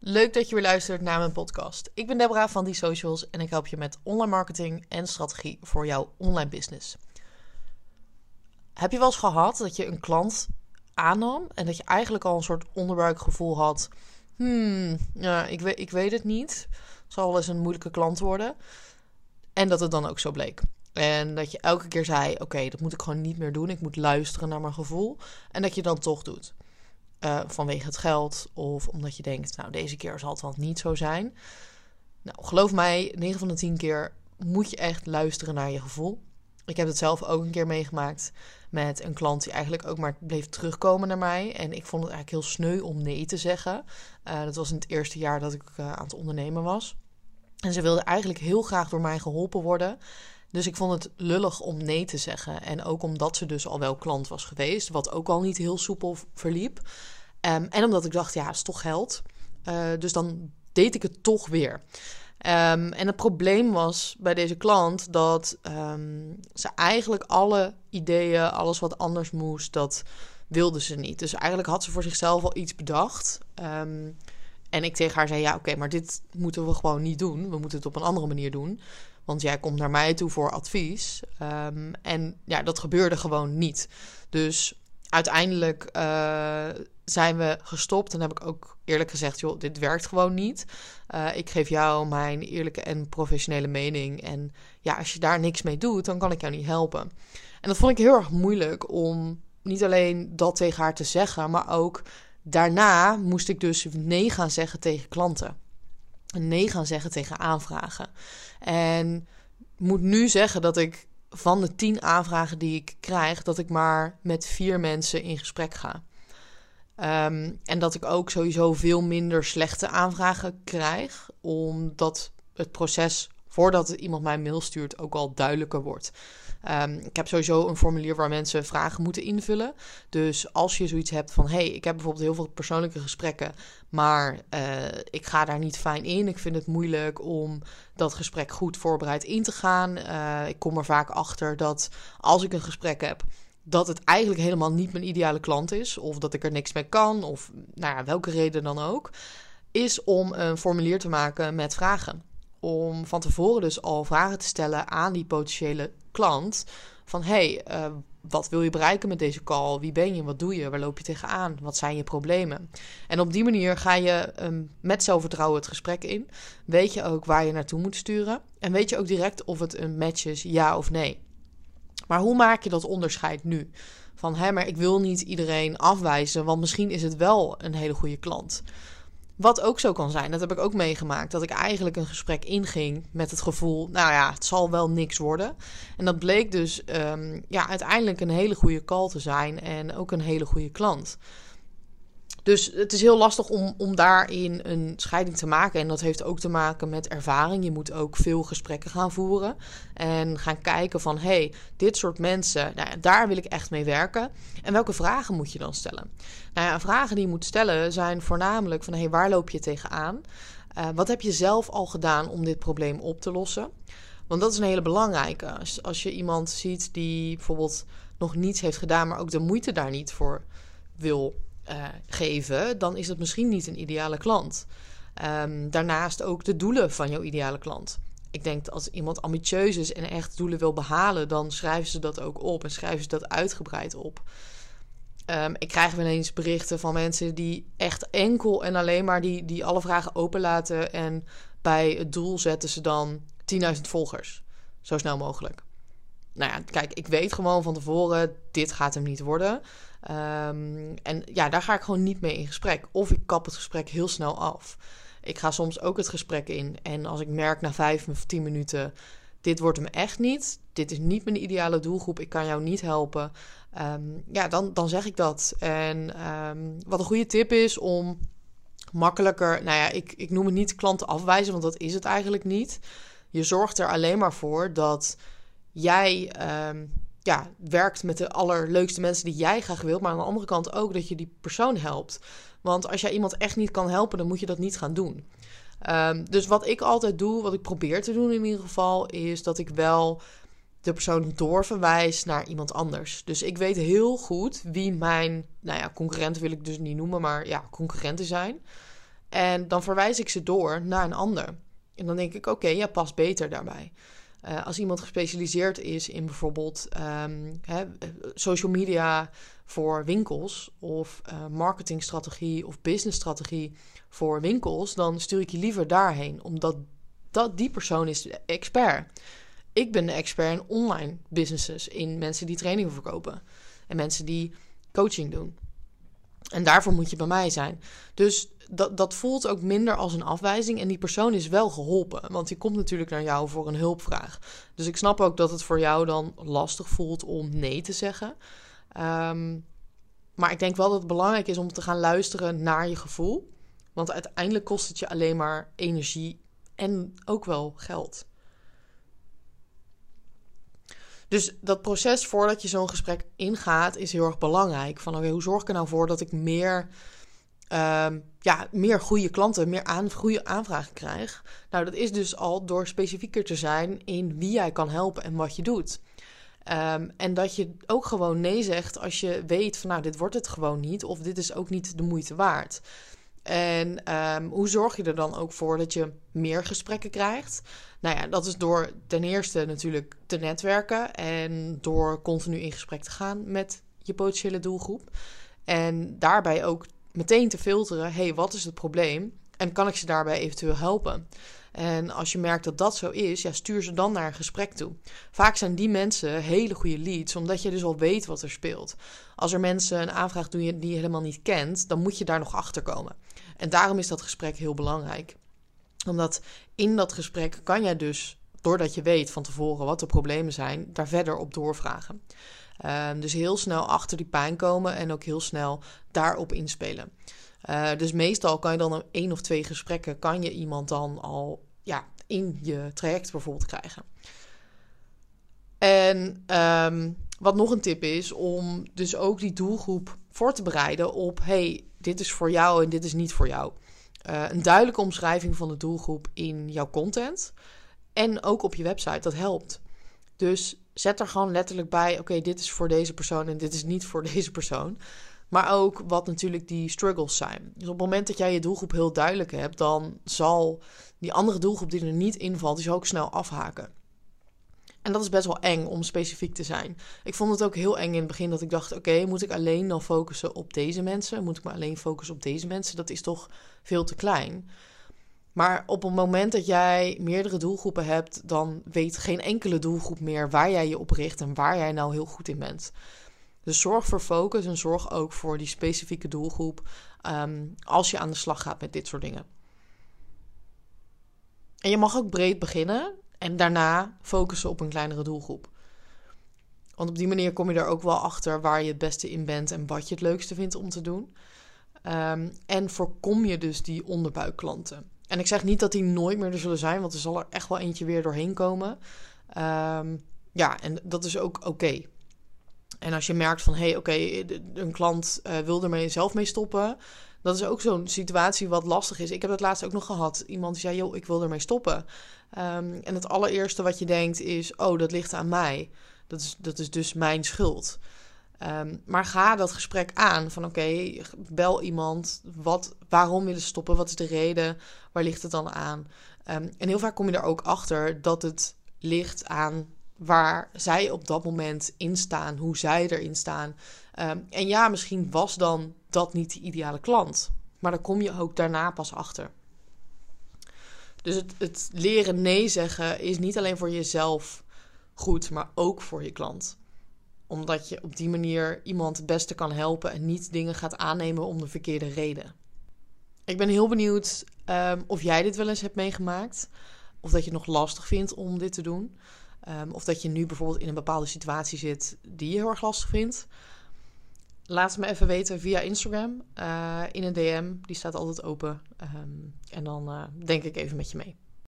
Leuk dat je weer luistert naar mijn podcast. Ik ben Deborah van Die Socials en ik help je met online marketing en strategie voor jouw online business. Heb je wel eens gehad dat je een klant aannam en dat je eigenlijk al een soort onderbuikgevoel had? Ik weet het niet. Het zal wel eens een moeilijke klant worden. En dat het dan ook zo bleek. En dat je elke keer zei, oké, dat moet ik gewoon niet meer doen. Ik moet luisteren naar mijn gevoel. En dat je dan toch doet. Vanwege het geld of omdat je denkt, nou, deze keer zal het wel niet zo zijn. Nou, geloof mij, 9 van de 10 keer moet je echt luisteren naar je gevoel. Ik heb het zelf ook een keer meegemaakt met een klant die eigenlijk ook maar bleef terugkomen naar mij. En ik vond het eigenlijk heel sneu om nee te zeggen. Dat was in het eerste jaar dat ik aan het ondernemen was. En ze wilde eigenlijk heel graag door mij geholpen worden. Dus ik vond het lullig om nee te zeggen. En ook omdat ze dus al wel klant was geweest, wat ook al niet heel soepel verliep. En omdat ik dacht, ja, het is toch geld. Dus dan deed ik het toch weer. En het probleem was bij deze klant dat ze eigenlijk alle ideeën, alles wat anders moest, dat wilde ze niet. Dus eigenlijk had ze voor zichzelf al iets bedacht. En ik tegen haar zei, ja, oké, maar dit moeten we gewoon niet doen. We moeten het op een andere manier doen. Want jij komt naar mij toe voor advies. En ja, dat gebeurde gewoon niet. Dus uiteindelijk zijn we gestopt. En heb ik ook eerlijk gezegd, joh, dit werkt gewoon niet. Ik geef jou mijn eerlijke en professionele mening. En ja, als je daar niks mee doet, dan kan ik jou niet helpen. En dat vond ik heel erg moeilijk om niet alleen dat tegen haar te zeggen, maar ook daarna moest ik dus nee gaan zeggen tegen klanten. Nee gaan zeggen tegen aanvragen. En moet nu zeggen dat ik van de 10 aanvragen die ik krijg, dat ik maar met 4 mensen in gesprek ga. En dat ik ook sowieso veel minder slechte aanvragen krijg, omdat het proces voordat iemand mij een mail stuurt ook al duidelijker wordt. Ik heb sowieso een formulier waar mensen vragen moeten invullen. Dus als je zoiets hebt van, ik heb bijvoorbeeld heel veel persoonlijke gesprekken, maar ik ga daar niet fijn in. Ik vind het moeilijk om dat gesprek goed voorbereid in te gaan. Ik kom er vaak achter dat als ik een gesprek heb, dat het eigenlijk helemaal niet mijn ideale klant is, of dat ik er niks mee kan, of nou ja, welke reden dan ook, is om een formulier te maken met vragen. Om van tevoren dus al vragen te stellen aan die potentiële klant. Van wat wil je bereiken met deze call? Wie ben je? Wat doe je? Waar loop je tegenaan? Wat zijn je problemen? En op die manier ga je met zelfvertrouwen het gesprek in. Weet je ook waar je naartoe moet sturen. En weet je ook direct of het een match is, ja of nee. Maar hoe maak je dat onderscheid nu? Van, maar ik wil niet iedereen afwijzen, want misschien is het wel een hele goede klant. Wat ook zo kan zijn, dat heb ik ook meegemaakt, dat ik eigenlijk een gesprek inging met het gevoel, nou ja, het zal wel niks worden. En dat bleek dus uiteindelijk een hele goede call te zijn en ook een hele goede klant. Dus het is heel lastig om daarin een scheiding te maken. En dat heeft ook te maken met ervaring. Je moet ook veel gesprekken gaan voeren. En gaan kijken van, dit soort mensen, daar wil ik echt mee werken. En welke vragen moet je dan stellen? Nou ja, vragen die je moet stellen zijn voornamelijk van, waar loop je tegenaan? Wat heb je zelf al gedaan om dit probleem op te lossen? Want dat is een hele belangrijke. Als je iemand ziet die bijvoorbeeld nog niets heeft gedaan, maar ook de moeite daar niet voor wil geven, dan is dat misschien niet een ideale klant. Daarnaast ook de doelen van jouw ideale klant. Ik denk dat als iemand ambitieus is en echt doelen wil behalen, dan schrijven ze dat ook op en schrijven ze dat uitgebreid op. Ik krijg wel eens berichten van mensen die echt enkel en alleen maar die alle vragen openlaten en bij het doel zetten ze dan 10.000 volgers. Zo snel mogelijk. Nou ja, kijk, ik weet gewoon van tevoren, dit gaat hem niet worden. En ja, daar ga ik gewoon niet mee in gesprek. Of ik kap het gesprek heel snel af. Ik ga soms ook het gesprek in. En als ik merk na 5 of 10 minuten, dit wordt hem echt niet. Dit is niet mijn ideale doelgroep. Ik kan jou niet helpen. Dan zeg ik dat. En wat een goede tip is om makkelijker, ik noem het niet klanten afwijzen, want dat is het eigenlijk niet. Je zorgt er alleen maar voor dat jij werkt met de allerleukste mensen die jij graag wilt, maar aan de andere kant ook dat je die persoon helpt. Want als jij iemand echt niet kan helpen, dan moet je dat niet gaan doen. Dus wat ik altijd doe, wat ik probeer te doen in ieder geval, is dat ik wel de persoon doorverwijs naar iemand anders. Dus ik weet heel goed wie mijn, concurrenten wil ik dus niet noemen, maar concurrenten zijn. En dan verwijs ik ze door naar een ander. En dan denk ik, oké, jij past beter daarbij. Als iemand gespecialiseerd is in bijvoorbeeld social media voor winkels of marketingstrategie of businessstrategie voor winkels, dan stuur ik je liever daarheen, omdat die persoon is de expert. Ik ben de expert in online businesses, in mensen die trainingen verkopen en mensen die coaching doen. En daarvoor moet je bij mij zijn. Dus dat voelt ook minder als een afwijzing. En die persoon is wel geholpen. Want die komt natuurlijk naar jou voor een hulpvraag. Dus ik snap ook dat het voor jou dan lastig voelt om nee te zeggen. Maar ik denk wel dat het belangrijk is om te gaan luisteren naar je gevoel. Want uiteindelijk kost het je alleen maar energie en ook wel geld. Dus dat proces voordat je zo'n gesprek ingaat is heel erg belangrijk. Van oké, hoe zorg ik er nou voor dat ik meer goede klanten, goede aanvragen krijg? Nou, dat is dus al door specifieker te zijn in wie jij kan helpen en wat je doet. En dat je ook gewoon nee zegt als je weet van dit wordt het gewoon niet. Of dit is ook niet de moeite waard. En hoe zorg je er dan ook voor dat je meer gesprekken krijgt? Nou ja, dat is door ten eerste natuurlijk te netwerken en door continu in gesprek te gaan met je potentiële doelgroep. En daarbij ook meteen te filteren, wat is het probleem? En kan ik ze daarbij eventueel helpen? En als je merkt dat dat zo is, stuur ze dan naar een gesprek toe. Vaak zijn die mensen hele goede leads, omdat je dus al weet wat er speelt. Als er mensen een aanvraag doen die je helemaal niet kent, dan moet je daar nog achter komen. En daarom is dat gesprek heel belangrijk. Omdat in dat gesprek kan jij dus, doordat je weet van tevoren wat de problemen zijn, daar verder op doorvragen. Dus heel snel achter die pijn komen en ook heel snel daarop inspelen. Dus meestal kan je dan 1 of 2 gesprekken, kan je iemand dan al in je traject bijvoorbeeld krijgen. En wat nog een tip is, om dus ook die doelgroep voor te bereiden op, dit is voor jou en dit is niet voor jou. Een duidelijke omschrijving van de doelgroep in jouw content en ook op je website, dat helpt. Dus zet er gewoon letterlijk bij, oké, dit is voor deze persoon en dit is niet voor deze persoon. Maar ook wat natuurlijk die struggles zijn. Dus op het moment dat jij je doelgroep heel duidelijk hebt, dan zal die andere doelgroep die er niet invalt, die zal ook snel afhaken. En dat is best wel eng om specifiek te zijn. Ik vond het ook heel eng in het begin dat ik dacht, oké, moet ik alleen dan focussen op deze mensen? Moet ik me alleen focussen op deze mensen? Dat is toch veel te klein. Maar op het moment dat jij meerdere doelgroepen hebt, dan weet geen enkele doelgroep meer waar jij je op richt en waar jij nou heel goed in bent. Dus zorg voor focus en zorg ook voor die specifieke doelgroep als je aan de slag gaat met dit soort dingen. En je mag ook breed beginnen en daarna focussen op een kleinere doelgroep. Want op die manier kom je er ook wel achter waar je het beste in bent en wat je het leukste vindt om te doen. En voorkom je dus die onderbuikklanten. En ik zeg niet dat die nooit meer er zullen zijn, want er zal er echt wel eentje weer doorheen komen. En dat is ook oké. En als je merkt van, een klant wil er zelf mee stoppen. Dat is ook zo'n situatie wat lastig is. Ik heb dat laatst ook nog gehad. Iemand die zei, ik wil ermee stoppen. En het allereerste wat je denkt is, dat ligt aan mij. Dat is dus mijn schuld. Maar ga dat gesprek aan van bel iemand. Waarom willen ze stoppen? Wat is de reden? Waar ligt het dan aan? En heel vaak kom je er ook achter dat het ligt aan waar zij op dat moment in staan, hoe zij erin staan. En misschien was dan dat niet de ideale klant. Maar daar kom je ook daarna pas achter. Dus het leren nee zeggen is niet alleen voor jezelf goed, maar ook voor je klant. Omdat je op die manier iemand het beste kan helpen en niet dingen gaat aannemen om de verkeerde reden. Ik ben heel benieuwd of jij dit wel eens hebt meegemaakt. Of dat je het nog lastig vindt om dit te doen. Of dat je nu bijvoorbeeld in een bepaalde situatie zit die je heel erg lastig vindt. Laat het me even weten via Instagram. In een DM, die staat altijd open. En dan denk ik even met je mee.